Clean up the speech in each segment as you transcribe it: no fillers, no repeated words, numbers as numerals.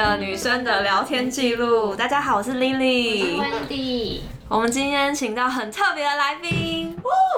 个女生的聊天记录。大家好，我是 Lily， 我是 Wendy。 我们今天请到很特别的来宾，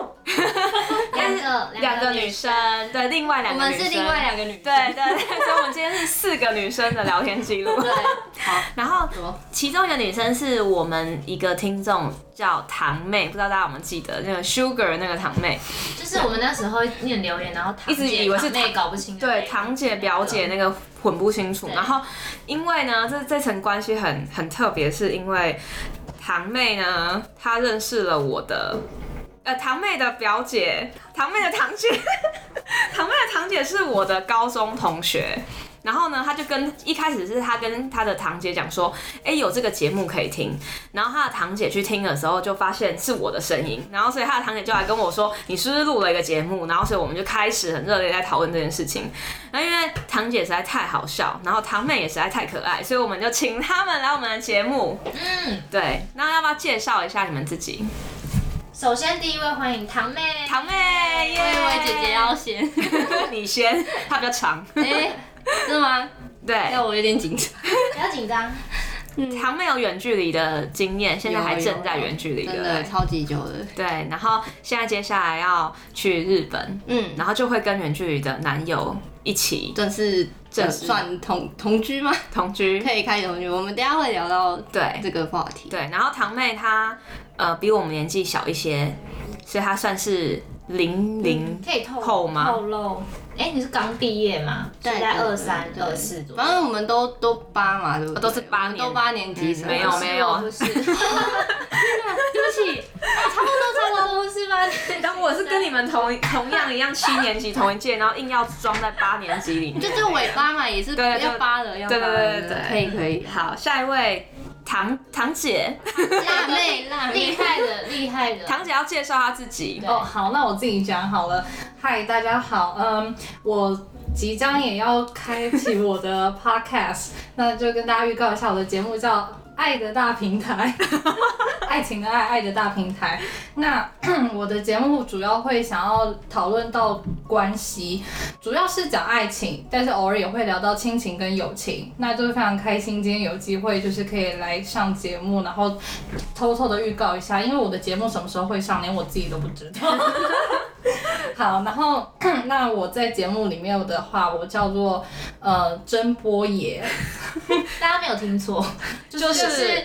两个女生，对，另外两个女生， 我们是另外两个女生， 对，所以我们今天是4个女生的聊天记录。 对，好， 然后其中一个女生是我们一个听众叫堂妹，不知道大家有没有记得那个 Sugar 那个堂妹， 就是我们那时候念留言，然后一直以为是堂妹搞不清， 对，堂姐表姐那个混不清楚。然后因为呢，这层关系很特别，是因为堂妹呢，她认识了我的堂妹的表姐，堂妹的堂姐，堂妹的堂姐是我的高中同学。然后呢，他就一开始是他跟他的堂姐讲说，有这个节目可以听。然后他的堂姐去听的时候，就发现是我的声音。然后所以他的堂姐就来跟我说，你是不是录了一个节目？然后所以我们就开始很热烈在讨论这件事情。那因为堂姐实在太好笑，然后堂妹也实在太可爱，所以我们就请他们来我们的节目。对，那要不要介绍一下你们自己？ 首先第一位欢迎堂妹， 堂妹， 我以为姐姐要先， 你先，她比较长。 真的吗？ 对， 那我有点紧张，不要紧张。 堂妹有远距离的经验，现在还正在远距离的， 真的超级久的。 对，然后现在接下来要去日本，然后就会跟远距离的男友一起， 这算同居吗？ 同居可以开同居，我们等一下会聊到对这个话题。 对，然后堂妹她比我们年纪小一些，所以她算是00 可以后吗？ 透露。你是刚毕业吗？对，在23、24左右。 反正我们都8嘛，对不对？ 都是8年， 都8年级生。 没有， 不是。对不起，差不多是吧？ 但我是跟你们同样一样7年级同一届，然后硬要装在8年级里面。 就这尾巴嘛，也是要8的，要8的。对，可以。 好，下一位。堂姐， 辣妹， 厉害的。 堂姐要介绍她自己。 好，那我自己讲好了。嗨，大家好，我即将也要开启我的 podcast， 那就跟大家预告一下，我的节目叫爱的大平台，爱情的爱的大平台。那我的节目主要会想要讨论到关系，主要是讲爱情，但是偶尔也会聊到亲情跟友情。那就是非常开心，今天有机会就是可以来上节目，然后偷偷的预告一下，因为我的节目什么时候会上，连我自己都不知道。好，然后那我在节目里面的话，我叫做真波爷， 大家没有听错，就是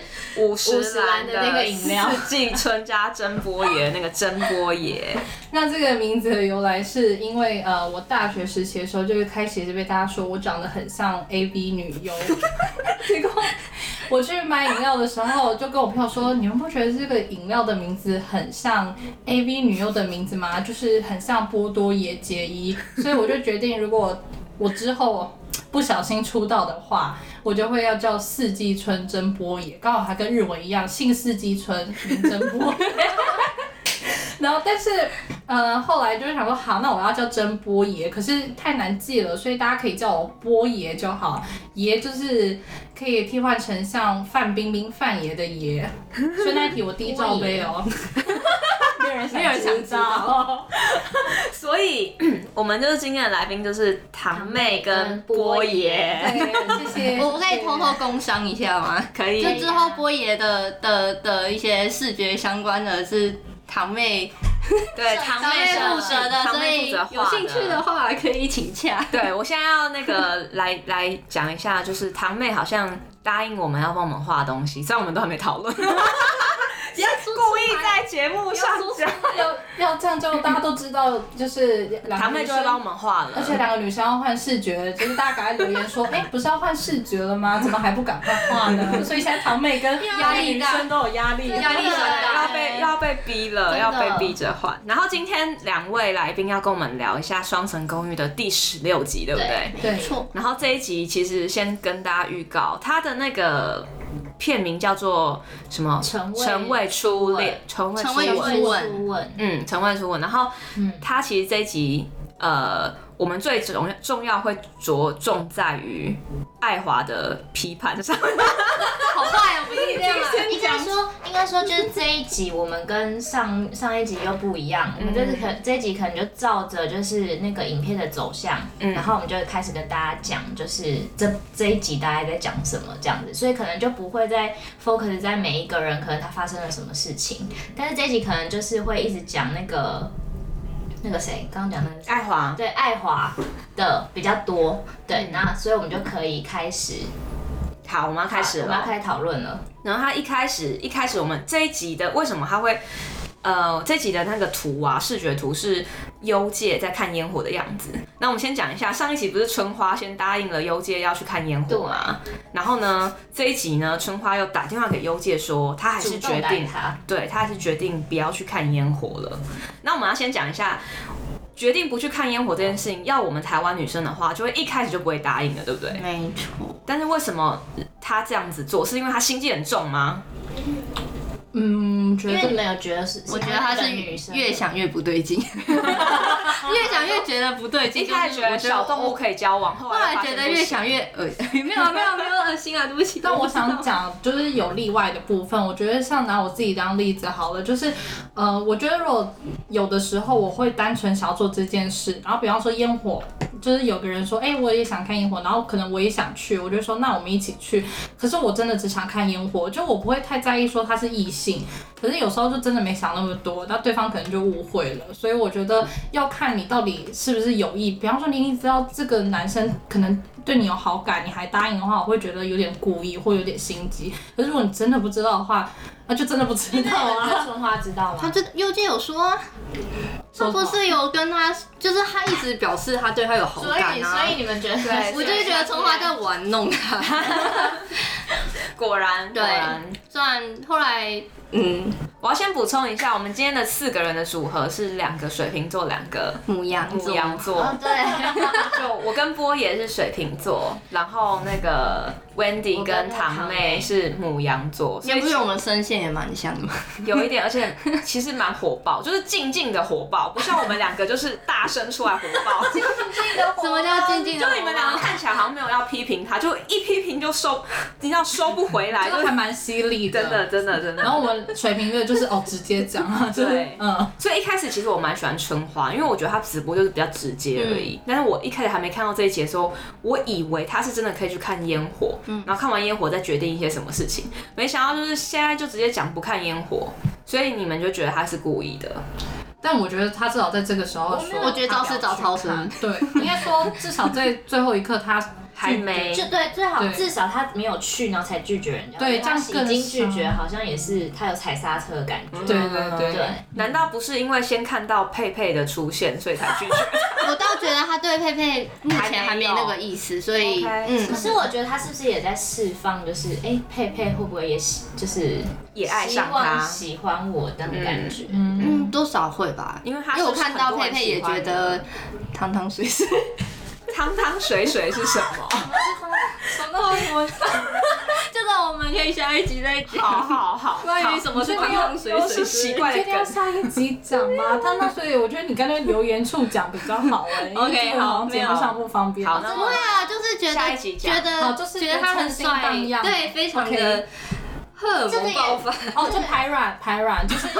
50兰的那个饮料， 四季春加真波爷那个真波爷。 那这个名字的由来是因为我大学时期的时候，就是开始被大家说我长得很像 AV 女优，结果我去买饮料的时候，就跟我朋友说，你们不觉得这个饮料的名字很像 AV 女优的名字吗？就是很像波多野结衣，所以我就决定，如果我之后不小心出道的话，我就会要叫四季春真波野，刚好还跟日文一样，姓四季春，名真波野。然后，但是，后来就是想说，好，那我要叫真波爷，可是太难记了，所以大家可以叫我波爷就好。爷就是可以替换成像范冰冰范爷的爷。所以那一题我低罩杯哦，没有人想知道。 所以，我们就是今天的来宾就是堂妹跟波爷。 对，谢谢。 我可以偷偷工商一下吗？ 可以。 就之后波爷的一些视觉相关的是。堂妹， 对，堂妹负责的，所以有兴趣的话可以请假。 对，我现在要那个来讲一下，就是堂妹好像答应我们要帮我们画东西，虽然我们都还没讨论。不要故意在节目上讲， 要这样就大家都知道，就是堂妹就会帮我们画了。 而且2个女生要换视觉，就是大家赶快留言说，不是要换视觉了吗？怎么还不赶快画呢？所以现在堂妹跟女生都有压力很大， 要被逼了，要被逼着换。然后今天2位来宾要跟我们聊一下《双层公寓》的第16集，对不对？ 对， 没错。 然后这一集其实先跟大家预告，它的那个片名叫做什么？陈未初恋，陈未初吻。陈未初吻。然后他其实这一集我们最重要会着重在于爱华的批判上。 好坏哦，不是这样啊。 应该说就是这一集我们跟上一集又不一样，我们这一集可能就照着就是那个影片的走向，然后我们就开始跟大家讲，就是这一集大概在讲什么这样子，所以可能就不会再 focus 在每一个人可能他发生了什么事情，但是这一集可能就是会一直讲那个谁刚刚讲的爱华， 对爱华的比较多，对，那所以我们就可以开始。 好，我们要开始了， 我们要开始讨论了。 然后他一开始我们这一集的为什么他会这一集的那个图啊，视觉图是幽介在看烟火的样子。那我们先讲一下，上一集不是春花先答应了幽介要去看烟火吗？然后呢，这一集呢，春花又打电话给幽介说，他还是决定，对他还是决定不要去看烟火了。那我们要先讲一下。决定不去看烟火这件事情，要我们台湾女生的话，就会一开始就不会答应了，对不对？ 没错。 但是为什么他这样子做，是因为他心机很重吗？ 因为你们有觉得我觉得他是越想越不对劲，越想越觉得不对劲。 一开始觉得小动物可以交往，后来觉得越想越没有恶心啊，对不起。 但我想讲就是有例外的部分，我觉得像拿我自己当例子好了，就是我觉得如果有的时候我会单纯想要做这件事，然后比方说烟火，就是有个人说，我也想看烟火，然后可能我也想去，我就说那我们一起去。可是我真的只想看烟火，就我不会太在意说他是异性，可是有时候就真的没想那么多，那对方可能就误会了。所以我觉得要看你到底是不是有意。比方说你知道这个男生可能对你有好感，你还答应的话，我会觉得有点故意或有点心机。可是如果你真的不知道的话，那就真的不知道啊。 春花知道吗？ 他右介有说啊，他不是有跟他，就是他一直表示他对他有好感啊。 所以你们觉得， 我就是觉得春花在玩弄他。 果然， 虽然后来。 我要先补充一下，我们今天的4个人的组合是2个水瓶座，2个牡羊座。 对， 就我跟波爷是水瓶座，然后那个 Wendy 跟堂妹是牡羊座， 所以不是我们声线也蛮像的吗？ 有一点，而且其实蛮火爆，就是静静的火爆，不像我们2个就是大声出来火爆。 静静的火爆。 什么叫静静的火爆？ 就你们2个看起来好像没有要批评他，就一批评就收不回来， 就还蛮犀利的， 真的。 然后我们水瓶的就是直接讲啊， 对，所以一开始其实我蛮喜欢春花，因为我觉得他直播就是比较直接而已。但是我一开始还没看到这一集的时候，我以为他是真的可以去看烟火，然后看完烟火再决定一些什么事情，没想到就是现在就直接讲不看烟火，所以你们就觉得他是故意的。 但我觉得他至少在这个时候说， 我觉得招是找超生， 对，应该说至少在最后一刻他还没， 就对，最好至少他没有去，然后才拒绝人家。 对，这样已经拒绝，好像也是他有踩刹车的感觉。 对。 难道不是因为先看到佩佩的出现，所以才拒绝？ 我倒觉得他对佩佩目前还没那个意思，所以可是我觉得他是不是也在释放，就是佩佩会不会就是也爱上他， 喜欢我的感觉？ 多少会吧，因为我看到佩佩也觉得汤汤水水。 汤汤水水是什么？ 什么？ 这个我们可以下一集再讲。 好。 关于什么是汤汤水水， 奇怪的梗。 要下一集讲吗？汤汤水水，我觉得你刚才留言处讲比较好 OK， 好， 节目上不方便。 好， 不会啊，就是觉得他很帅，对，非常的荷尔蒙爆发。 就排卵，就是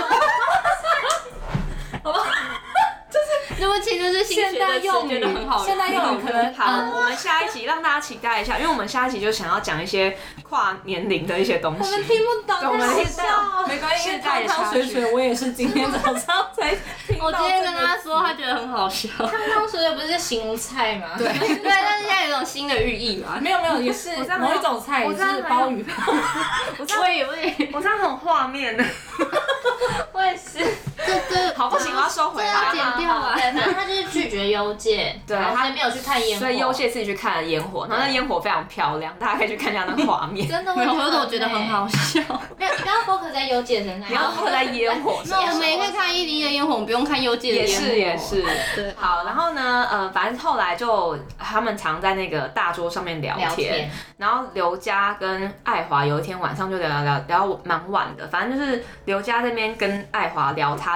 好吧。 对不起，这是现代用语， 现代用语可能好。我们下一集让大家期待一下，因为我们下一集就想要讲一些跨年龄的一些东西。 我们听不懂， 我们听没关系。汤汤水水，我也是今天早上才听到。 我今天跟他说，他觉得很好笑。 汤汤水水不是形容菜吗？ 对，但是现在有一种新的寓意嘛。 没有，也是某一种菜，是鲍鱼。 我以为我这样很画面呢。 我也是。 这好，不行，我要收回来。 要剪掉啊。 对，反正他就是拒绝幽介， 对， 他没有去看烟火， 所以幽介自己去看了烟火，然后那烟火非常漂亮，大家可以去看一下那个画面。 真的， 我觉得很好笑。 没有，你不要 focus 在幽介身上， 你要 focus 在烟火上。 那我们也可以看101的烟火，我们不用看幽介的烟火。 也是。对。好，然后呢，反正后来就他们常在那个大桌上面聊天，然后刘佳跟爱华有一天晚上就聊蛮晚的，反正就是刘佳这边跟爱华聊他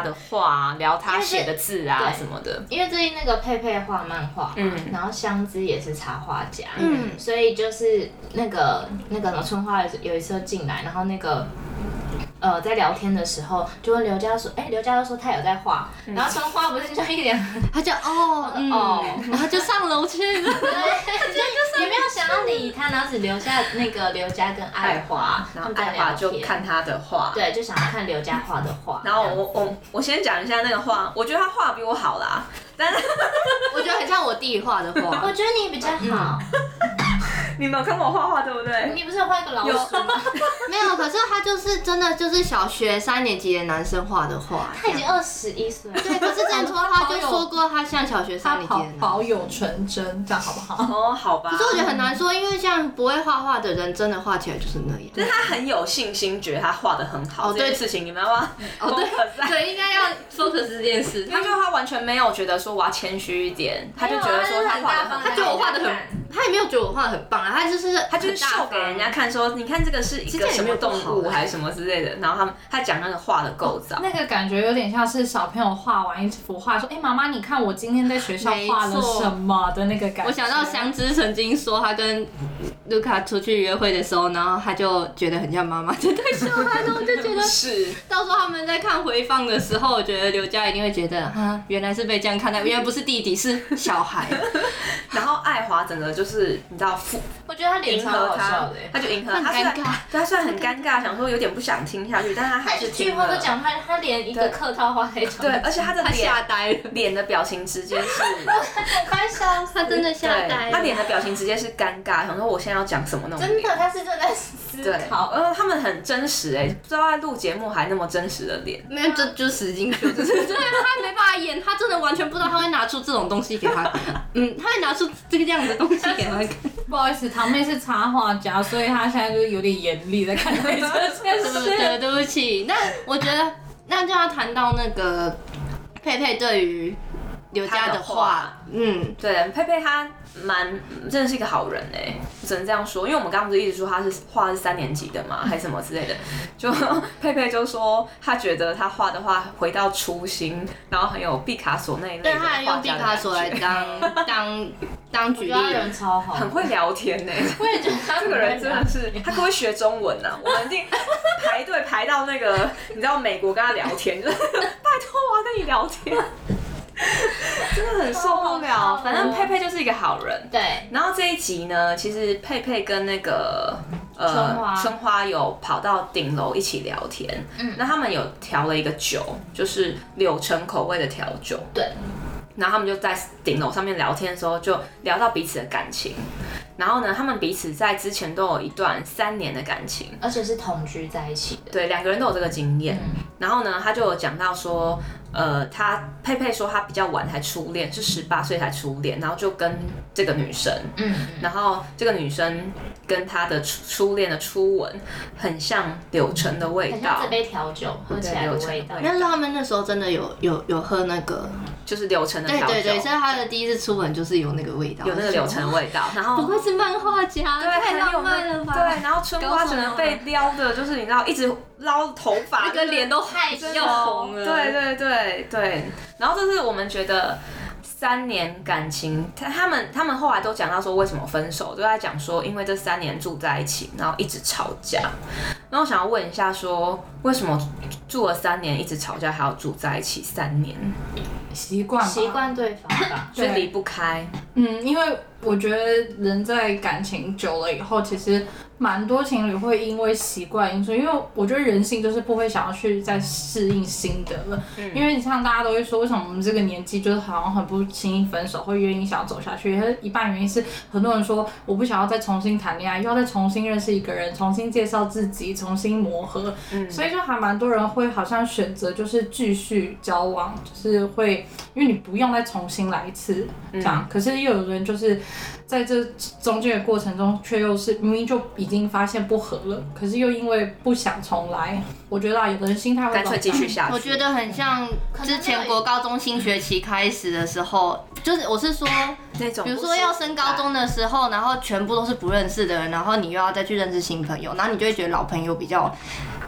他的画，聊他写的字啊什么的。 因为最近那个佩佩画漫画嘛，然后香姿也是插画家，所以就是那个春花有一次进来，然后那个。在聊天的时候就问刘佳说，刘佳就说他有在画，然后春花不是就一脸， 他就然后就上楼去了， 也没有想要理他，然后只留下那个刘佳跟爱华， 然后爱华就看他的画， 对，就想要看刘佳画的画。 然后我先讲一下那个画，我觉得他画比我好啦，但是我觉得很像我弟画的画， 我觉得你比较好。 你没有看过我画画对不对？ 你不是有画一个老鼠吗？ 没有，可是他就是真的就是小学3年级的男生画的画。 他已经21岁了。 对，可是之前他就说过他像小学3年级的男生。 保有纯真，这样好不好？ 哦，好吧。 可是我觉得很难说，因为像不会画画的人，真的画起来就是那样。 就是他很有信心，觉得他画得很好。这件事情你们要不要？ 对，应该要 focus 这件事。 他就他完全没有觉得说我要谦虚一点，他就觉得说他画得很好， 他觉得我画得很，他也没有觉得我画得很棒啊，他就是秀给人家看说，你看这个是一个什么动物还是什么之类的，然后他讲那个画的构造， 那个感觉有点像是小朋友画完一幅画说，妈妈你看我今天在学校画了什么的那个感觉。 我想到香姿曾经说他跟卢卡出去约会的时候，然后他就觉得很像妈妈在带小孩，然后我就觉得是。 到时候他们在看回放的时候，我觉得刘佳一定会觉得原来是被这样看待，原来不是弟弟是小孩。 然后爱华整个就是你知道我觉得他脸超好笑的， 他就迎合他， 他虽然很尴尬，想说有点不想听下去，但他还是听了。 一句话都讲他连一个客套话也讲。 对，而且他的吓呆了， 脸的表情直接是， 快笑死， 他真的吓呆了。 他脸的表情直接是尴尬，想说我现在要讲什么那种。 真的，他是正在思考。 他们很真实不知道在录节目还那么真实的脸。 没有，就使劲秀，就是对他没办法演，他真的完全不知道他会拿出这种东西给他，他会拿出这个样的东西给他看。 不好意思，堂妹是插画家，所以她现在就是有点严厉在看待这件事。 对不起。那我觉得，那就要谈到那个佩佩对于刘佳的画， 对，佩佩她真的是一个好人我只能这样说，因为我们刚刚不是一直说她是画是3年级的嘛，还是什么之类的，就佩佩就说她觉得她画的画回到初心，然后很有毕卡索那一类的画家的感觉。对，她用毕卡索来当举例， 人超好， 很会聊天我也觉得这个人真的是，他可不可以学中文啊？我们一定排队排到那个你知道美国跟他聊天，就是拜托我要跟你聊天。真的很受不了，反正佩佩就是一个好人。 对， 然后这一集呢，其实佩佩跟那个春花有跑到顶楼一起聊天。那他们有调了一个酒，就是柳橙口味的调酒。 对。 然后他们就在顶楼上面聊天的时候，就聊到彼此的感情。然后呢，他们彼此在之前都有一段3年的感情， 而且是同居在一起的。 对，2个人都有这个经验。然后呢，他就有讲到说，佩佩说他比较晚才初恋，是18岁才初恋，然后就跟这个女生，然后这个女生跟他的初恋的初吻很像柳橙的味道， 很像这杯调酒喝起来的味道。 但是他们那时候真的有喝那个， 就是柳橙的调酒。 对，所以他的第一次初吻就是有那个味道， 有那个柳橙味道。然后不愧是漫画家，太浪漫了吧？ 对，然后春花只能被撩的，就是你知道一直捞头发， 那个脸都害要红了。 对，然后这是我们觉得3年感情，他们后来都讲到说为什么分手，都在讲说因为这3年住在一起，然后一直吵架。然后我想要问一下说，为什么住了3年一直吵架还要住在一起3年？ 习惯对方吧， 所以离不开。 因为我觉得人在感情久了以后，其实蛮多情侣会因为习惯因素，因为我觉得人性就是不会想要去再适应新的了。因为像大家都会说，为什么我们这个年纪就是好像很不轻易分手，会愿意想要走下去？一半原因是很多人说我不想要再重新谈恋爱，又要再重新认识一个人，重新介绍自己，重新磨合。所以就还蛮多人会好像选择就是继续交往，就是会因为你不用再重新来一次这样。可是又有人就是在这中间的过程中，却又是明明就已经发现不合了，可是又因为不想重来，我觉得有的人心态会干脆继续下去。 我觉得很像之前国高中新学期开始的时候，就是我是说那种，比如说要升高中的时候，然后全部都是不认识的人，然后你又要再去认识新朋友，然后你就会觉得老朋友比较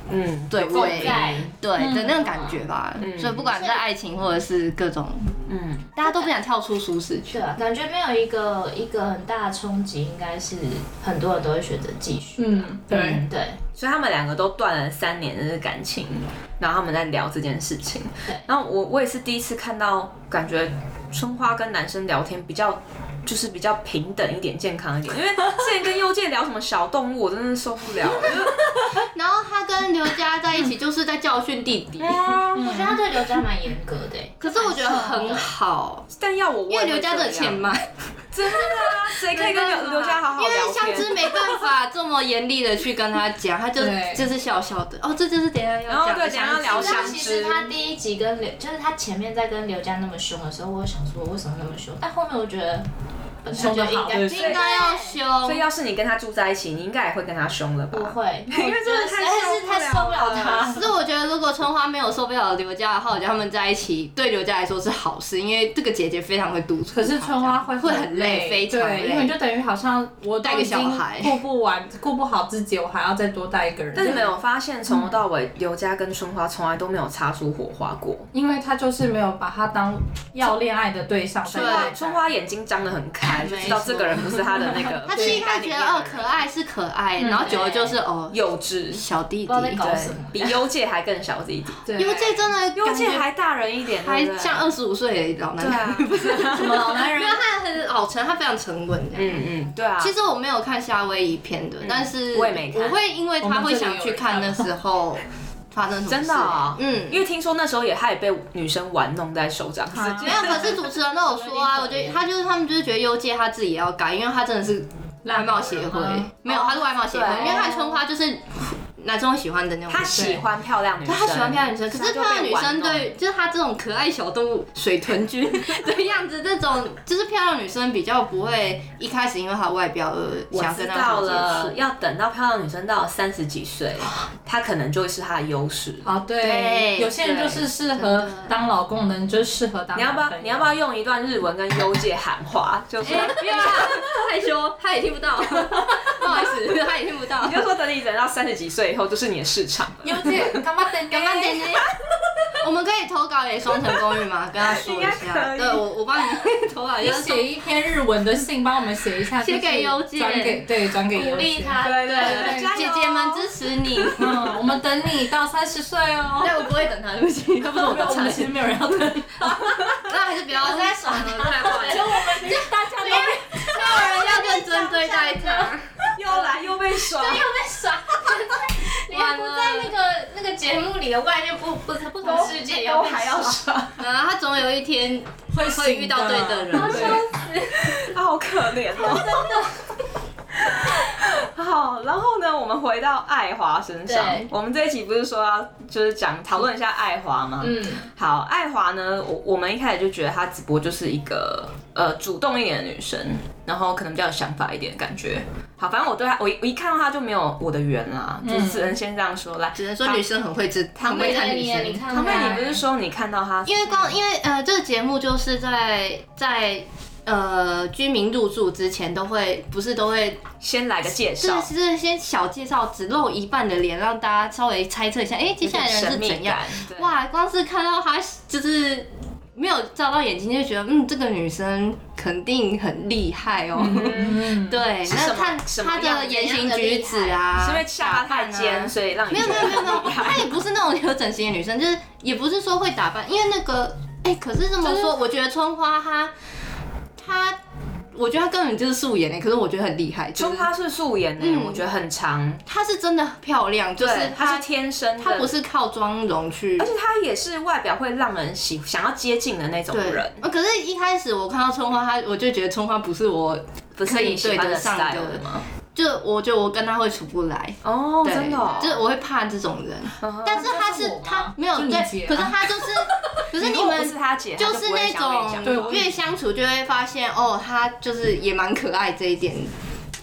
对味， 在对的那种感觉吧。所以不管在爱情或者是各种，大家都不想跳出舒适圈。 对啊，感觉没有一个很大的冲击，应该是很多人都会选择继续。 对。 对。 所以他们两个都断了3年的感情，然后他们在聊这件事情。 对， 然后我也是第一次看到，感觉春花跟男生聊天比较平等一点、健康一点。因为之前跟佑介聊什么小动物，我真的受不了。 然后他跟刘佳在一起就是在教训弟弟。 我觉得他对刘佳蛮严格的， 可是我觉得很好， 但要我， 因为刘佳的欠骂。 真的啊，谁可以跟刘佳好好聊天？ 因为香枝没办法这么严厉的去跟他讲，他就是笑笑的。这就是等一下要讲的香枝。 聊香枝。 其实他第一集就是他前面在跟刘佳那么凶的时候，我有想说为什么那么凶，但后面我觉得。 凶就应该要凶， 所以要是你跟他住在一起，你应该也会跟他凶了吧？ 不会， 因为真的太受不了他。 可是我觉得如果春花没有受不了刘佳的话，我觉得他们在一起对刘佳来说是好事，因为这个姐姐非常会督促。 可是春花会很累，非常累， 因为就等于好像我带个小孩，顾不好自己，我还要再多带一个人。 但是没有发现从头到尾，刘佳跟春花从来都没有擦出火花过， 因为他就是没有把他当要恋爱的对象。 春花眼睛张得很开，就知道这个人不是他的那个。 他一开始觉得可爱是可爱，然后久了就是幼稚小弟弟， 不知道在搞什么， 比优介还更小弟弟。 优介真的， 优介还大人一点， 还像25岁的老男人， 不是什么老男人， 因为他很老成，他非常沉稳。 对啊。 其实我没有看夏威夷片的，但是我也没看， 我会因为他会想去看那时候。发生什么事？ 真的啊，因为听说那时候他也被女生玩弄在手掌之间。 没有，可是主持人都有说啊，我觉得他们就是觉得优介他自己也要改，因为他真的是外貌协会，没有，他是外貌协会，因为他春花就是男生会喜欢的那种。 他喜欢漂亮女生， 他喜欢漂亮女生，可是漂亮女生对，就是他这种可爱小动物水豚君的样子，这种就是漂亮女生比较不会一开始因为她的外表而想跟他接触。 要等到漂亮女生到30几岁，她可能就会是她的优势。 对，有些人就是适合当老公的，就是适合当。 你要不要用一段日文跟优介喊话？就是不要害羞，他也听不到，不好意思，他也听不到。 你就说等你等到30几岁以后，就是你的市场。 优介，干嘛等？ 我们可以投稿给双城公寓吗？跟他说一下。对，我帮你投稿一下。 你写一篇日文的信，帮我们写一下， 写给优介， 转给鼓励他。 对，姐姐们支持你。 我们等你到30岁哦。 对，我不会等他，对不起，他不是我的菜。 其实没有人要等。 那还是不要再爽了，太坏了。 就我们大家没有人要认真对待他。 又被耍， 又被耍，连不在那个节目里的外面不同世界都还要耍， 然后他总有一天会遇到对的人， 他好可怜哦，真的。好，然后呢，我们回到爱华身上。我们这一期不是说要就是讨论一下爱华吗？好，爱华呢，我们一开始就觉得她只不过就是一个主动一点的女生，然后可能比较有想法一点的感觉。好，反正我对她，我一看到她就没有我的缘啦，就只能先这样说。来， 只能说女生很会很会看女生。 唐妹，你不是说你看到她？ 因为这个节目就是在居民入住之前都会先来个介绍， 是先小介绍，只露一半的脸，让大家稍微猜测一下，接下来的人是怎样？哇，光是看到她就是没有照到眼睛，就觉得这个女生肯定很厉害哦。对，那看她的言行举止啊， 是因为下巴太尖，所以让你没有，她也不是那种有整形的女生，就是也不是说会打扮，因为那个可是这么说，我觉得春花她，我觉得她根本就是素颜可是我觉得很厉害。 春花是素颜我觉得很长。 她是真的漂亮，就是她是天生的， 她不是靠妆容去， 而且她也是外表会让人想要接近的那种人。 可是一开始我看到春花，我就觉得春花不是我可以对得上的吗？就我觉得我跟他会处不来哦，真的， 就是我会怕这种人。但是他没有对，可是他就是，可是你们是他姐， 就是那种越相处就会发现他就是也蛮可爱这一点。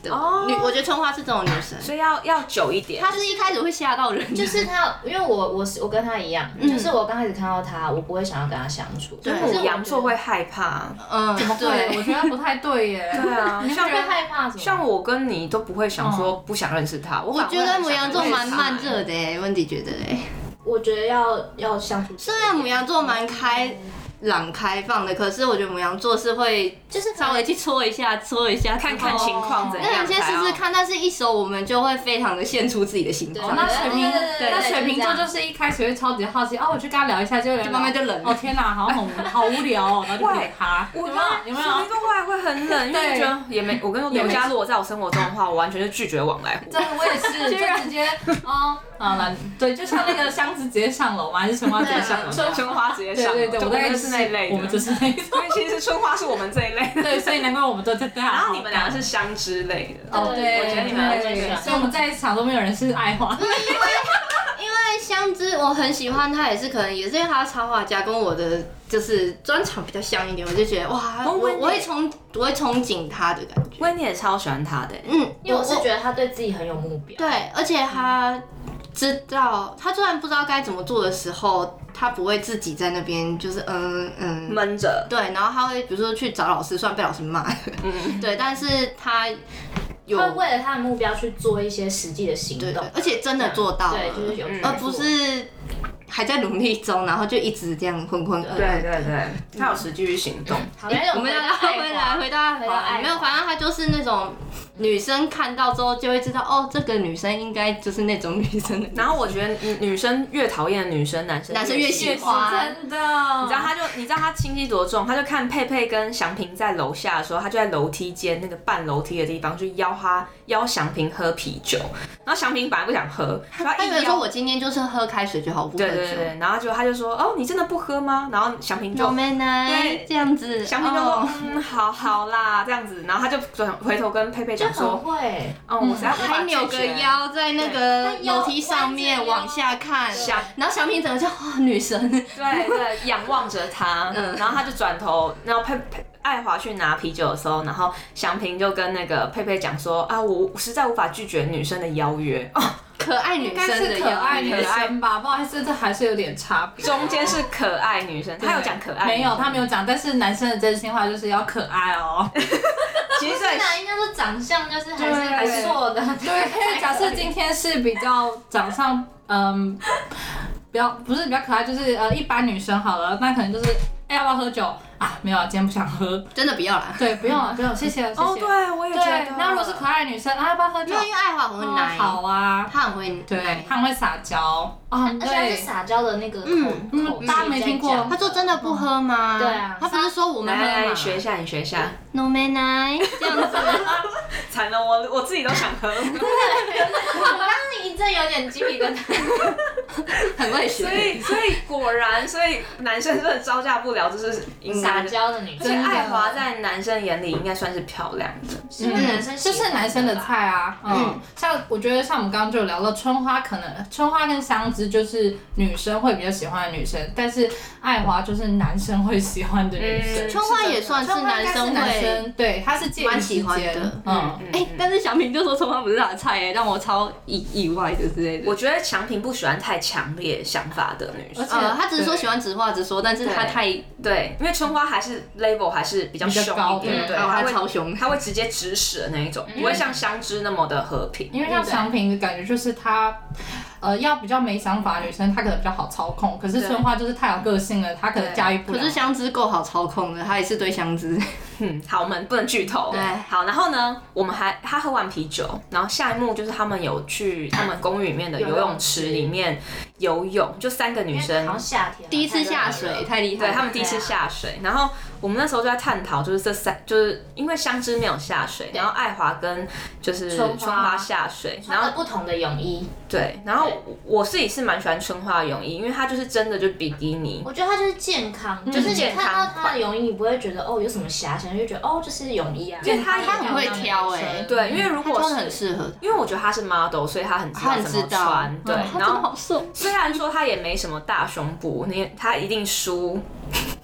的我觉得春花是这种女生， 所以要久一点。 她是一开始会吓到人的， 就是她，因为我跟她一样，就是我刚开始看到她，我不会想要跟她相处。 所以牡羊座会害怕。 怎么会？我觉得不太对耶。 对啊， 你会害怕什么？ 像我跟你都不会想说不想认识他。 我觉得牡羊座蛮慢热的哎，温迪觉得哎。 我觉得要相处。 虽然牡羊座蛮开放的，可是我觉得牡羊座是会就是稍微去搓一下， 看看情况怎样。 那先试试看，但是一熟我们就会非常的献出自己的心状。 那水瓶座就是一开始会超级好奇，我去跟他聊一下，就慢慢就冷。 哦天哪，好无聊哦，然后就点他。有没有？ 水瓶座后来会很冷，因为觉得也没。我跟刘家如果在我生活中的话，我完全就拒绝往来。 真的，我也是，就直接对，就像那个箱子直接上楼嘛，还是春花直接上楼？ 春花直接上楼。 对，我大概就是那一类的。我们就是那一种。 因为其实春花是我们这一类的。 对，所以难怪我们都在对。 然后你们两个是相知类的。 对， 我觉得你们对，所以我们在场都没有人是爱花。 因为相知我很喜欢他，也是可能也是因为他的插画家跟我的就是专长比较像一点，我就觉得哇，我会憧憬他的感觉。 温妮也超喜欢他的， 因为我是觉得他对自己很有目标。 对，而且他知道，他虽然不知道该怎么做的时候，他不会自己在那边就是闷着。 对，然后他会比如说去找老师，虽然被老师骂，对，但是他会为了他的目标去做一些实际的行动， 而且真的做到了， 对，就是有， 而不是还在努力中，然后就一直这样浑浑噩噩。 对，他有实际去行动。 好， 我们回到爱，没有，反正他就是那种女生看到之后就会知道，哦，这个女生应该就是那种女生的。 然后我觉得女生越讨厌的女生，男生越喜欢。 真的， 你知道他心机多重？他就看佩佩跟祥平在楼下的时候，他就在楼梯间那个半楼梯的地方，就邀祥平喝啤酒。然后祥平本来不想喝， 他以为说我今天就是喝开水就好，不喝酒。 对，然后他就说，哦，你真的不喝吗？然后祥平就对这样子， 祥平就说，好啦，这样子。然后他就回头跟佩佩讲说， 会， 我实在还扭个腰在那个楼梯上面往下看，然后祥平整个就女神， 对，仰望着他，然后他就转头，然后爱华去拿啤酒的时候，然后祥平就跟那个佩佩讲说，我实在无法拒绝女生的邀约。 可爱女生的应该是可爱女生吧，不好意思，这还是有点差别。 中间是可爱女生，他有讲可爱， 没有，他没有讲，但是男生的真心话就是要可爱哦。 其实应该说长相就是还是不错的。 对，因为假设今天是比较长相不是比较可爱，就是一般女生好了，那可能就是要不要喝酒啊？没有，今天不想喝， 真的不要啦。 对，不用了，谢谢。 哦，对，我也觉得。 那如果是可爱的女生，要不要喝酒？ 因为爱华很会奶。 好啊， 她很会， 对，她很会撒娇。 而且她是撒娇的那个口， 大家没听过？ 她说真的不喝吗？ 对啊， 她不是说我们喝吗？ 来学一下，你学一下。 No man 奶这样子。 惨了，我自己都想喝。我刚刚一阵有点鸡皮疙瘩。 很会学。 所以果然，男生真的招架不了，就是撒娇的女生。 而且爱华在男生眼里应该算是漂亮的， 就是男生的菜啊。像我觉得像我们刚刚就有聊到春花，可能春花跟香枝就是女生会比较喜欢的女生，但是爱华就是男生会喜欢的女生。 春花也算是男生会， 对，他是介于蛮喜欢的。但是祥平就说春花不是他的菜，让我超意外的之类的。 我觉得祥平不喜欢太强烈想法的女生， 他只是说喜欢直话直说，但是他太对，因为春花还是 level 还是比较凶一点，对， 他超凶， 他会直接指使的那一种，不会像香枝那么的和平。 因为像祥平的感觉就是他。要比较没想法的女生，她可能比较好操控。可是春花就是太有个性了，她可能驾驭不了。 可是香枝够好操控的，她也是对香枝。 好，我们不能剧透。对，好，然后呢，他喝完啤酒，然后下一幕就是他们有去他们公寓里面的游泳池里面游泳，就3个女生， 好像夏天第一次下水，太厉害。 对，他们第一次下水，然后我们那时候就在探讨，就是因为香枝没有下水，然后爱华跟就是春花下水， 然后不同的泳衣。 对，然后我自己是蛮喜欢春花的泳衣，因为它就是真的就是比基尼。 我觉得它就是健康，就是你看到它的泳衣，你不会觉得有什么遐想，就觉得就是泳衣啊。 因为他很会挑对， 因为如果是很适合， 因为我觉得他是 model， 所以他很知道怎么穿。对，然后好瘦。 虽然说他也没什么大胸部，他一定输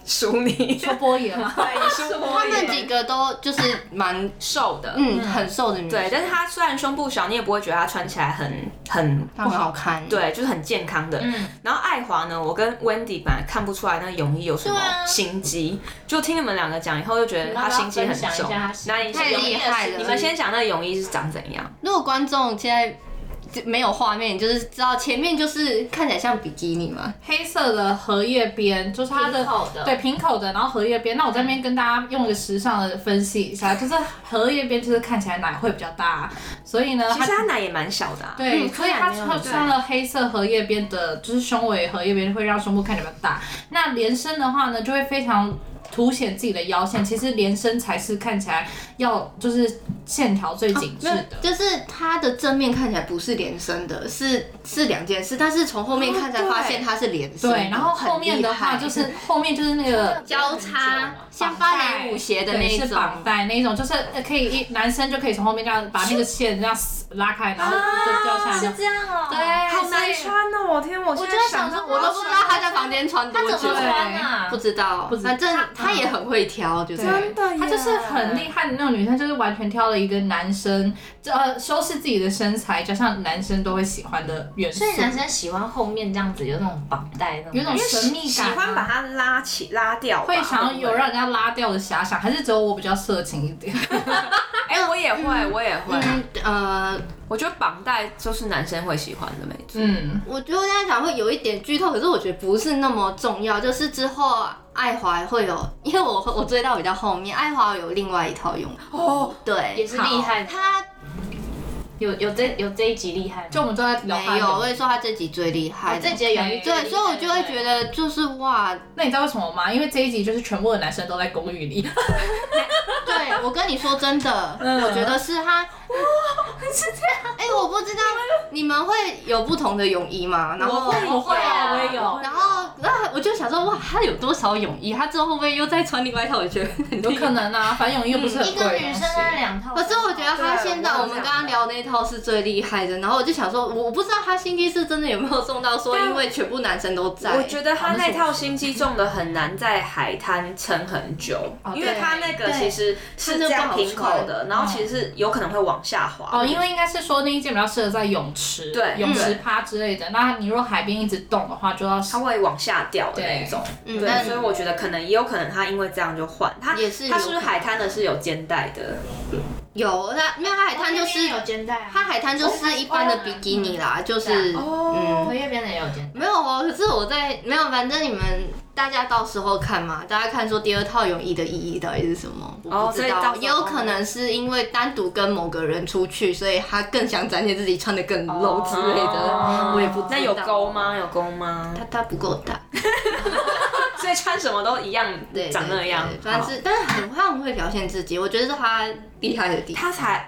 输你， 说波野嘛， 他们几个都就是蛮瘦的， 很瘦的女生， 对，但是她虽然胸部小，你也不会觉得她穿起来很不好看， 对，就是很健康的。然后爱华呢，我跟 Wendy 本来看不出来那个泳衣有什么心机，就听你们两个讲以后，就觉得她心机很重。那你太厉害了， 你们先讲那个泳衣是长怎样？ 如果观众现在没有画面，就是知道前面就是看起来像比基尼嘛， 黑色的荷叶边，就是它的对平口的，然后荷叶边。那我这边跟大家用一个时尚的分析一下，就是荷叶边就是看起来奶会比较大，所以呢， 其实它奶也蛮小的啊。 对，所以它穿了黑色荷叶边的，就是胸围荷叶边会让胸部看起来比较大。那连身的话呢，就会非常凸显自己的腰线，其实连身才是看起来要就是线条最紧致的， 就是它的正面看起来不是连身的，是两件事，但是从后面看才发现它是连身的。 对，然后后面的话就是后面就是那个交叉，像芭蕾舞鞋的那一种， 是绑带那一种，就是可以男生就可以从后面这样把那个线这样拉开，然后就掉下来。 是这样哦， 对， 好难穿哦！我天，我现在想说， 我都不知道他在房间穿多久， 他怎么穿啊？ 不知道，反正他也很会挑，就是真的耶， 她就是很厉害的那种女生，就是完全挑了一个男生，修饰自己的身材，加上男生都会喜欢的元素。 所以男生喜欢后面这样子有那种绑带， 有种神秘感， 喜欢把它拉掉， 会想要有让人家拉掉的遐想，还是只有我比较色情一点？ 我也会，我也会。我觉得绑带就是男生会喜欢的，没错。 我觉得我现在讲会有一点剧透，可是我觉得不是那么重要。就是之后爱华会有，因为我追到比较后面，爱华有另外一套泳衣，对， 也是厉害的。 他有这一集厉害吗？ 就我们都在聊没有，我会说他这集最厉害的， 这集的泳衣对，所以我就会觉得就是哇， 那你知道为什么吗？因为这一集就是全部的男生都在公寓里。 对，我跟你说真的，我觉得是他，是这样。我不知道你们会有不同的泳衣吗？然后我会啊，我也有。 然后我就想说，哇，他有多少泳衣？他之后会不会又再穿另外一套？我觉得有可能啊，反正泳衣又不是很贵。 一个女生那2套。 可是我觉得他现在我们刚刚聊的那套是最厉害的。然后我就想说，我不知道他心机是真的有没有重到说，因为全部男生都在。 我觉得他那套心机重的很难在海滩撑很久，因为他那个其实是这样平口的，然后其实是有可能会往下滑。 因为应该是说那一件比较适合在泳池、 对泳池趴之类的。那你如果海边一直动的话，就要它会往下掉的那种。对，所以我觉得可能也有可能他因为这样就换。他是不是海滩的是有肩带的？ 有，没有，他海滩就是有肩带， 他海滩就是一般的比基尼啦，就是荷叶边的也有肩带。 没有哦，可是没有，反正你们大家到时候看嘛，大家看说第2套泳衣的意义到底是什么，我不知道，也有可能是因为单独跟某个人出去，所以他更想展现自己穿得更露之类的，我也不知道。 那有勾吗？有勾吗？ 他不够大。 所以穿什么都一样，长那样。 但是他很会表现自己，我觉得是他厉害的地方。 他才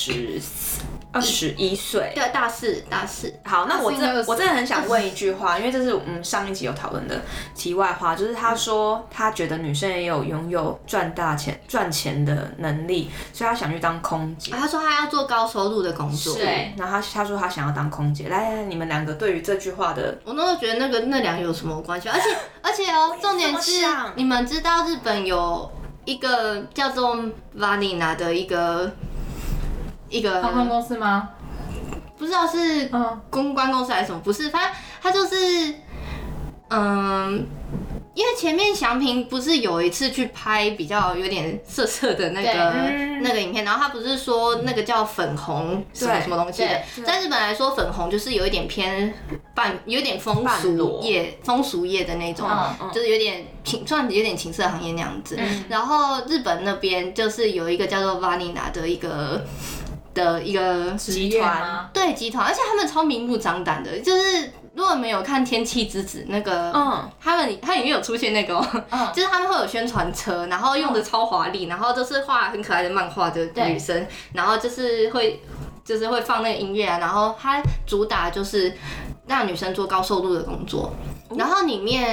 21岁， 对，大四。 好，那我真的很想问一句话，因为这是我们上一集有讨论的题外话，就是他说他觉得女生也有拥有赚钱的能力，所以他想去当空姐。 他说他要做高收入的工作， 对，然后他说他想要当空姐。来，你们两个对于这句话的， 我那时候觉得那两个有什么关系？而且重点是你们知道日本有一个叫做 Vanina 的一个航空公司吗？ 不知道是公关公司还是什么，不是，反正他就是因为前面祥平不是有一次去拍比较有点色色的那个影片，然后他不是说那个叫粉红什么什么东西的，在日本来说粉红就是有一点偏有点风俗业的那种，就是有点算有点情色行业那样子。然后日本那边就是有一个叫做 Vanina 的一个集团， 对，集团，而且他们超明目张胆的，就是如果没有看《天气之子》那个，它里面有出现那个，就是他们会有宣传车，然后用的超华丽，然后都是画很可爱的漫画的女生，然后就是会放那个音乐啊，然后它主打就是让女生做高收入的工作，然后里面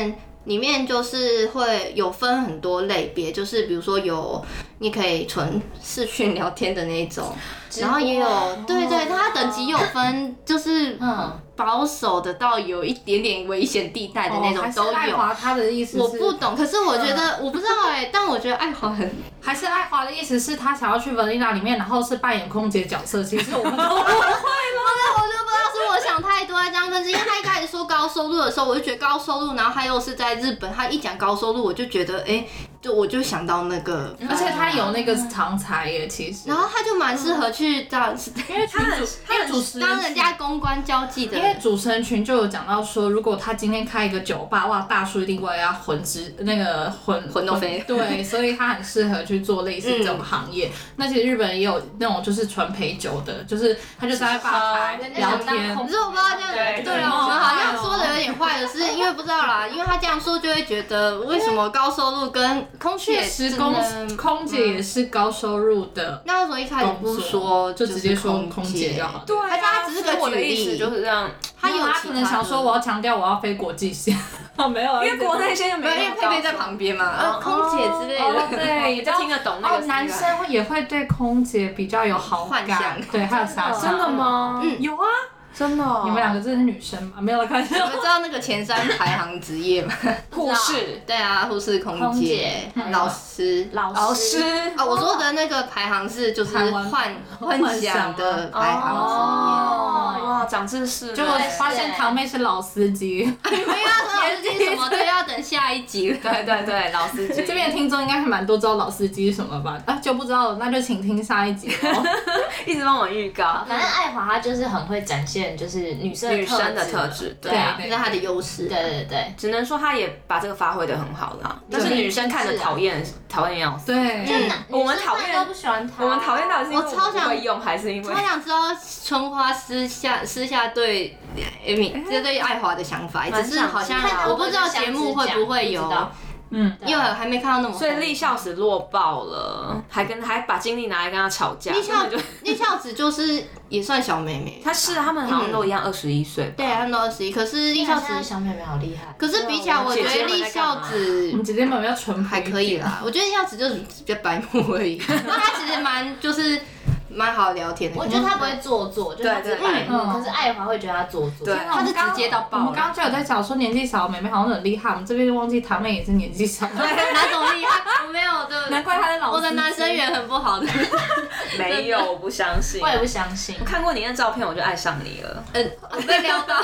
里面就是会有分很多类别，就是比如说你可以纯视讯聊天的那种，然后也有对，它等级有分，就是保守的到有一点点危险地带的那种都有。 爱华他的意思是我不懂，可是我觉得我不知道但我觉得爱华还是爱华的意思是他想要去 Vanilla 里面，然后是扮演空姐角色，其实我们都不会了。 我就不知道是我想太多这样，可是因为他一开始说高收入的时候，我就觉得高收入，然后他又是在日本，他一讲高收入，我就觉得我就想到那个， 而且他有那个长才耶，其实。 然后他就蛮适合去这样子， 因为主持人当人家公关交际的。 因为主持人群就有讲到说，如果他今天开一个酒吧，哇，大叔一定会要混都飞。 对，所以他很适合去做类似这种行业。那其实日本也有那种就是纯陪酒的，就是他就站在吧台聊天。 可是我不知道这样，对啊，我们好像说的有点坏的是，因为不知道啦，因为他这样说就会觉得为什么高收入跟空姐空姐也是高收入的， 那为什么一开始不说就直接说空姐就好？ 对啊， 他只是个举例， 就是这样。 他可能想说我要强调我要飞国际线，没有， 因为国内线就没有， 因为佩佩在旁边嘛，空姐之类的， 对， 也就听得懂那个。 男生也会对空姐比较有好感，对，还有遐想。 真的吗？ 有啊。 真的、 你们两个真的是女生吗？没有了，开玩笑。 你们知道那个前3排行职业吗？ 护士。 对啊，护士、空姐、老师。我说的那个排行是就是幻想的排行职业。 哇，长知识了。 结果发现堂妹是老司机。 你们要说老司机什么的，要等下一集了。 对，老司机。 这边的听众应该还蛮多知道老司机是什么吧？就不知道了，那就请听下一集哦。 一直帮我预告。 反正爱华她就是很会展现，就是女生的特质， 对啊，这是她的优势。 对， 只能说她也把这个发挥的很好啦。但是女生看着讨厌要死。 对， 我们讨厌都不喜欢她。 我们讨厌到底是因为我们不会用，还是因为？ 超想知道春花私下对对爱华的想法，只是好像我不知道节目会不会有。因为还没看到那么， 所以立孝子弱爆了，还把精力拿来跟他吵架。 立孝子就是也算小妹妹， 他们好像都一样21岁。 对，他们都21，可是立孝子小妹妹好厉害。 可是比起来，我觉得立孝子， 我们姐姐们比较纯还可以啦。我觉得立孝子就是比较白目而已，那他其实蛮好聊天的。 我觉得他不会做作，就是他白目，可是爱华会觉得他做作， 他是直接到爆。 我们刚刚就有在讲说年纪小的妹妹好像很厉害，我们这边就忘记堂妹也是年纪小的。 哪种厉害？我没有的， 难怪他的我的男生缘很不好的。 没有，我不相信。 我也不相信。 我看过你那照片，我就爱上你了。 被撩到。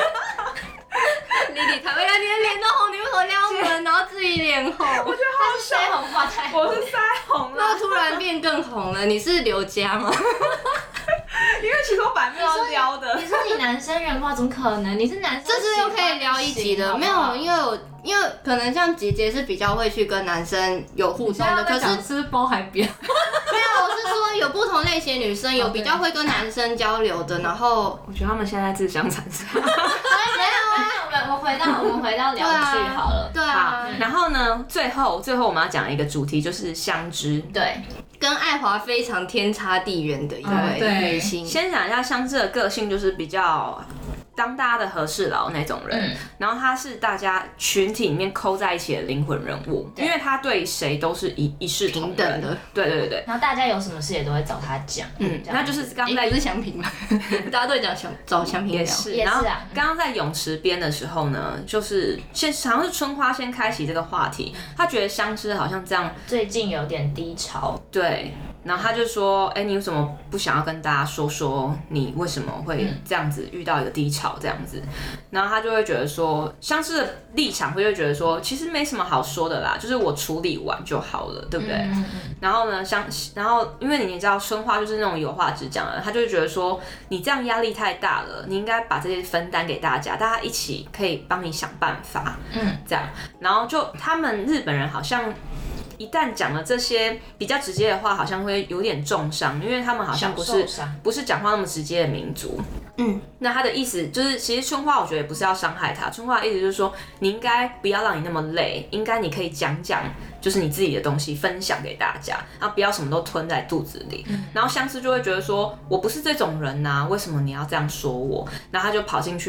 你他们你的脸都红，你为什么撩人，然后自己脸红？ 我觉得他是腮红画太红， 我是腮红了。 那突然变更红了，你是刘佳吗？ 因为其实我本来没有撩的。 你说你男生缘吗？怎么可能？你是男生， 这是又可以聊一集的。没有，因为可能像姐姐是比较会去跟男生有互动的，可是包海边。 没有，我是说有不同类型的女生，有比较会跟男生交流的，然后我觉得他们现在自相残杀。 没有啊，我们回到聊剧好了。 对啊。 然后呢，最后我们要讲一个主题，就是香知。 对。 跟爱华非常天差地远的一位女星。 先讲一下香知的个性，就是比较当大家的和事佬那种人，然后他是大家群体里面扣在一起的灵魂人物，因为他对谁都是一视同仁的。对。 然后大家有什么事也都会找他讲。 那就是刚在不是祥平嘛，大家都会找祥平聊。 也是。然后刚刚在泳池边的时候呢，就是好像是春花先开启这个话题，他觉得香知好像这样最近有点低潮。 对。然后他就说：“你为什么不想要跟大家说你为什么会这样子遇到一个低潮这样子？”然后他就会觉得说，香知的立场会觉得说，其实没什么好说的啦，就是我处理完就好了，对不对？然后呢，然后因为你也知道春花就是那种有话直讲的，他就会觉得说，你这样压力太大了，你应该把这些分担给大家一起可以帮你想办法，这样。然后就他们日本人好像。一旦讲了这些比较直接的话，好像会有点重伤，因为他们好像不是讲话那么直接的民族。那他的意思就是，其实春花我觉得也不是要伤害他，春花的意思就是说，你应该不要让你那么累，应该你可以讲，就是你自己的东西分享给大家，然后不要什么都吞在肚子里。然后香知就会觉得说，我不是这种人啊，为什么你要这样说我？然后他就跑进去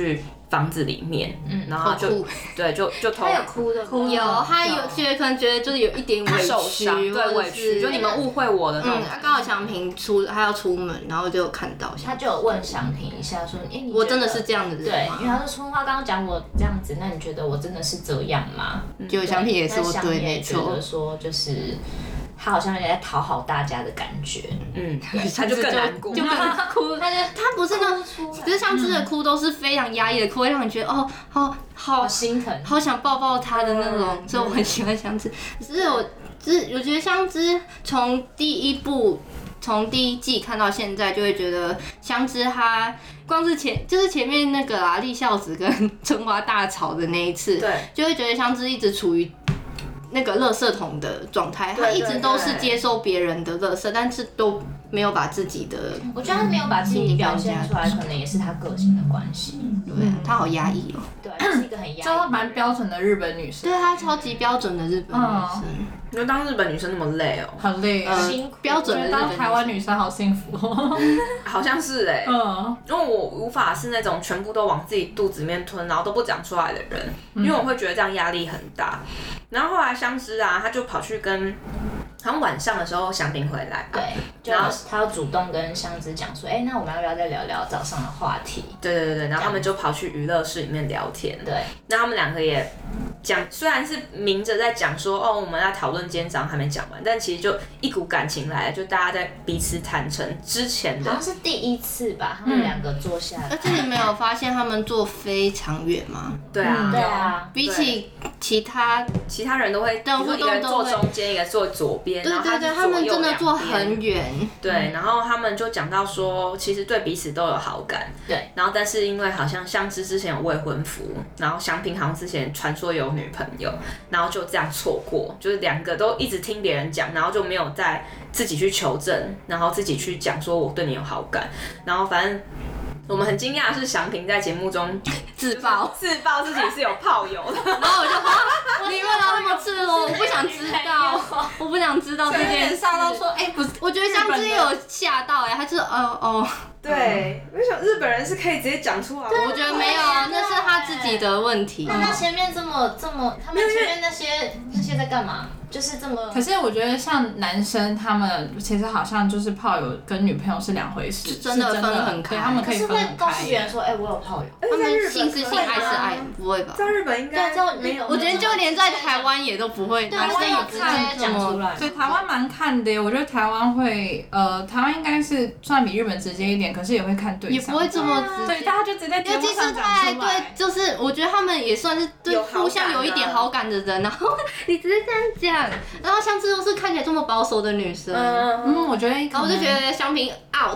房子里面，然后就对就偷他有哭的吗？ 有，他有可能觉得就是有一点委受屈， 伤，对委屈，就你们误会我的那种。 他刚好祥平他要出门，然后就有看到， 他就有问祥平一下说，你我真的是这样的人吗？ 对，因为他说春花刚刚讲我这样子，那你觉得我真的是这样吗？ 就祥平也说对，没错。 觉得说就是他好像有点在讨好大家的感觉， 他就更难过， 就更哭。他不是那，可是像之的哭都是非常压抑的哭，会让你觉得哦，好心疼， 好想抱抱他的那种，所以我很喜欢香知。可是我觉得香知从第一季看到现在，就会觉得香知他光是前面那个立孝子跟春花大吵的那一次， 对， 就会觉得香知一直处于那个垃圾桶的状态，他一直都是接受别人的垃圾，但是都没有把自己的， 我觉得他没有把自己表现出来，可能也是他个性的关系。 对，他好压抑哦。 对，他是一个很压抑， 就蛮标准的日本女生。 对，她超级标准的日本女生。 你说当日本女生那么累哦， 很累， 辛苦。 标准的日本女生当台湾女生好幸福。 好像是因为我无法是那种全部都往自己肚子里面吞，然后都不讲出来的人，因为我会觉得这样压力很大。然后后来香知啊，他就跑去跟，好像晚上的时候祥平回来， 对，就他要主动跟香知讲说，那我们要不要再聊聊早上的话题？ 对，然后他们就跑去娱乐室里面聊天。 对， 那他们两个也讲，虽然是明着在讲说，我们要讨论今天早上还没讲完，但其实就一股感情来了，就大家在彼此坦诚之前的， 好像是第一次吧，他们两个坐下来。 而且你没有发现他们坐非常远吗？ 对啊， 比起其他人都会，比如说一个人坐中间，一个坐左边， 对，他们真的坐很远。 对，然后他们就讲到说，其实对彼此都有好感。 对， 然后但是因为好像香知之前有未婚夫，然后祥平好像之前传说有女朋友，然后就这样错过，就是两个都一直听别人讲，然后就没有再自己去求证，然后自己去讲说我对你有好感，然后反正。我们很惊讶的是祥平在节目中自爆自己是有炮友的， 然后我就你为什么那么赤裸？我不想知道，我不想知道这件事。 吓到说，不是， 我觉得香知有吓到他就是对，为什么日本人是可以直接讲出来？ 我觉得没有，那是他自己的问题。 那他前面这么，他们前面那些在干嘛？就是这么。 可是我觉得像男生他们其实好像就是炮友跟女朋友是两回事， 真的分很开， 他们可以分很开。 是会告诉别人说，我有炮友。 他们性是性，爱是爱，不会吧？ 在日本应该没有。 我觉得就连在台湾也都不会，男生也不会讲出来。 对，台湾蛮看的，我觉得台湾会，台湾应该是算比日本直接一点，可是也会看对象， 也不会这么直接， 对，大家就直接在节目上讲出来。 对，就是我觉得他们也算是对互相有一点好感的人，然后你直接这样讲，然后像这都是看起来这么保守的女生， 我觉得， 然后我就觉得祥平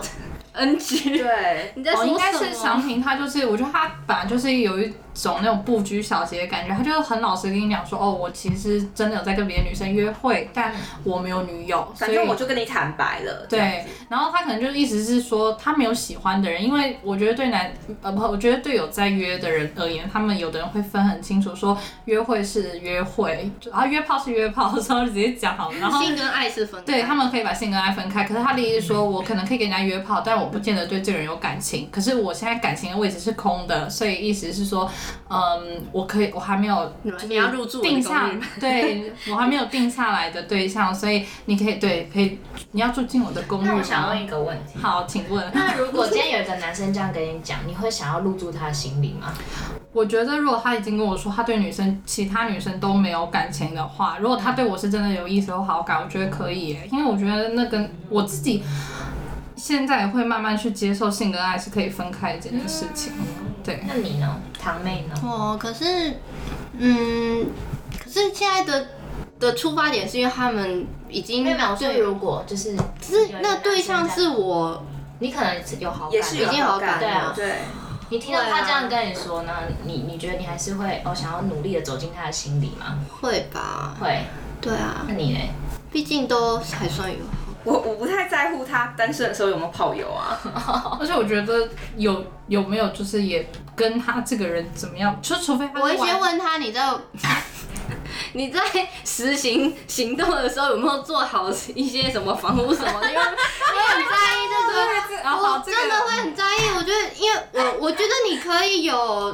out。NG， 对， 你在说什么？ 应该是祥平，他就是，我觉得他本来就是有一种那种不拘小节的感觉，他就很老实跟你讲说，我其实真的有在跟别的女生约会，但我没有女友， 反正我就跟你坦白了。 对，然后他可能就是意思是说他没有喜欢的人，因为我觉得我觉得对有在约的人而言，他们有的人会分很清楚，说约会是约会，然后约炮是约炮，然后就直接讲好了，然后性跟爱是分开， 对，他们可以把性跟爱分开，可是他的意思是说，我可能可以跟人家约炮，但我不见得对这个人有感情，可是我现在感情的位置是空的，所以意思是说，我还没有你要入住定下，对我还没有定下来的对象，所以你可以，你要住进我的公寓吗？ 那我想问一个问题。 好，请问。 那如果今天有一个男生这样跟你讲，你会想要入住他的心里吗？ 我觉得如果他已经跟我说他对其他女生都没有感情的话，如果他对我是真的有意思或好感，我觉得可以耶，因为我觉得那跟我自己现在也会慢慢去接受性跟爱是可以分开这件事情。对， 那你呢，堂妹呢？ 可是现在的出发点是因为他们已经没有说如果就是那对象是我， 你可能有好感， 也是已经好感， 对啊， 对。 你听到他这样跟你说呢，你觉得你还是会想要努力的走进他的心里吗？ 会吧， 会。 对啊。 那你呢？ 毕竟都还算有。 我不太在乎他单身的时候有没有炮友啊， 而且我觉得有没有就是也跟他这个人怎么样，就除非他我会先问他你在实行行动的时候有没有做好一些什么防护什么的，因为我很在意这个，我真的会很在意。我觉得，因为我觉得你可以有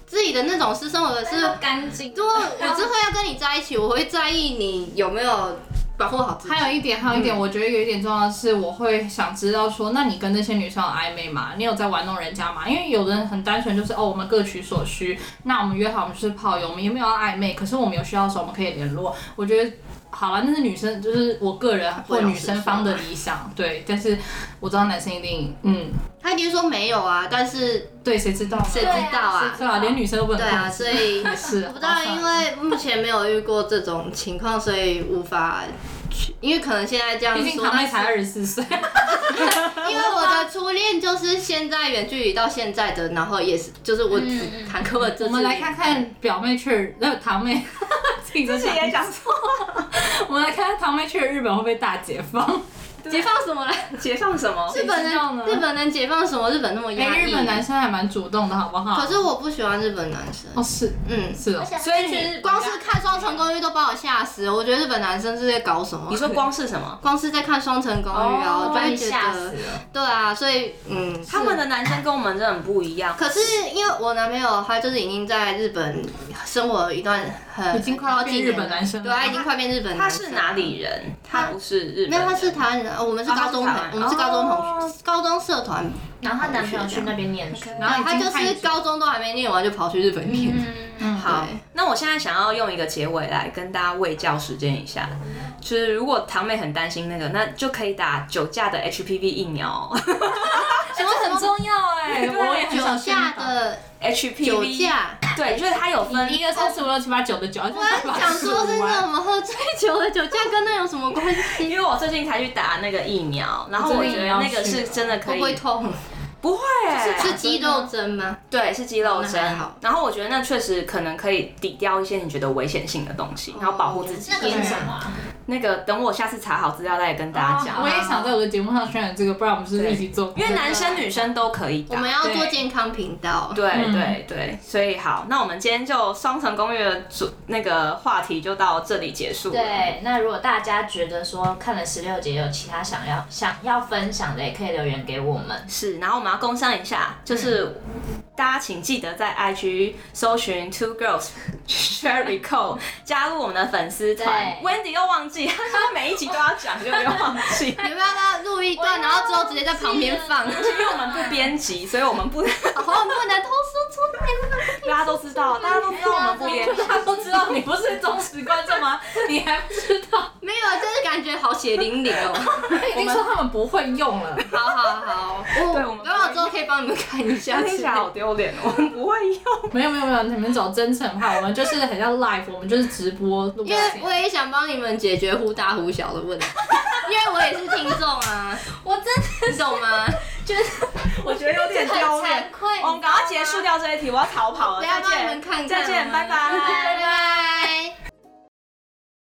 自己的那种私生活的是干净。 如果我之后要跟你在一起，我会在意你有没有保护好自己。 还有一点，我觉得有一点重要的是，我会想知道说，那你跟那些女生有暧昧吗？你有在玩弄人家吗？因为有的人很单纯，就是我们各取所需，那我们约好我们就是炮友，我们也没有要暧昧，可是我们有需要的时候我们可以联络。我觉得好了，那是女生，就是我个人或女生方的理想，对。但是我知道男生一定， 他一定说没有啊，但是对，谁知道？ 谁知道啊？ 对啊，连女生都不能控制。 对啊，所以是我不知道，因为目前没有遇过这种情况，所以无法。因为可能现在这样说， 毕竟堂妹才24岁， 因为我的初恋就是现在远距离到现在的，然后也是就是我只谈过了这次。 我们来看看表妹去堂妹，自己也讲错。 我们来看看堂妹去日本会不会大解放？ 解放什么了？ 解放什么？ 日本能解放什么？日本那么压抑。 日本男生还蛮主动的，好不好？ 可是我不喜欢日本男生。 哦，是，是哦。 所以你光是看《双层公寓》都把我吓死了。我觉得日本男生是在搞什么？ 你说光是什么？ 光是在看《双层公寓》啊，我就会觉得，对啊，所以他们的男生跟我们真的很不一样。 可是因为我男朋友他就是已经在日本生活一段已经快要变日本男生了。 对，他已经快变日本男生。 他是哪里人？他不是日本人。 没有，他是台湾人。我们是高中同，我们是高中同学，高中社团。 然后她男朋友去那边念书， 然后他就是高中都还没念完就跑去日本念。 好，那我现在想要用一个结尾来跟大家卫教实践一下，就是如果堂妹很担心那个，那就可以打酒驾的 HPV 疫苗。 什么很重要我也很酒驾的 HPV 酒驾， 对，就是它有分 1、2、3、4、5、6、7、8、9的9。 我想说是那我们喝醉酒的酒驾跟那有什么关系？ 因为我最近才去打那个疫苗，然后我觉得那个是真的可以。 会不会痛？ 不会， 是肌肉针吗？ 对，是肌肉针。 好。 然后我觉得那确实可能可以抵掉一些你觉得危险性的东西，然后保护自己。 那个是什么？ 那个等我下次查好资料再来跟大家讲。 我也想在我的节目上宣传这个，不然我们是一起做。 因为男生女生都可以打。 我们要做健康频道。 对对对，所以好，那我们今天就双层公寓的那个话题就到这里结束了。 对，那如果大家觉得说看了16集有其他想要分享的，也可以留言给我们。 是，然后我们要工商一下，就是大家请记得在 IG 搜寻 Two Girls Cherry Coke 加入我们的粉丝团。Wendy 又忘记，他说每一集都要讲，就又忘记。 你们要不要录一段，然后之后直接在旁边放？ 因为我们不编辑，所以我们不能偷说出来。 大家都知道，大家都知道我们不编辑， 大家都知道你不是忠实观众吗？你还不知道？ 没有，就是感觉好血淋淋哦。 已经说他们不会用了。 好， 对，我们刚好之后可以帮你们看一下。 听起来好丢脸哦，我们不会用。 没有，你们走真诚派，我们就是很像 live， 我们就是直播录。 因为我也想帮你们解决忽大忽小的问题，因为我也是听众啊。 我真的你懂吗？ 就是我觉得有点丢脸。 惭愧。 我们赶快结束掉这一题，我要逃跑了。 再见， 再见，拜拜。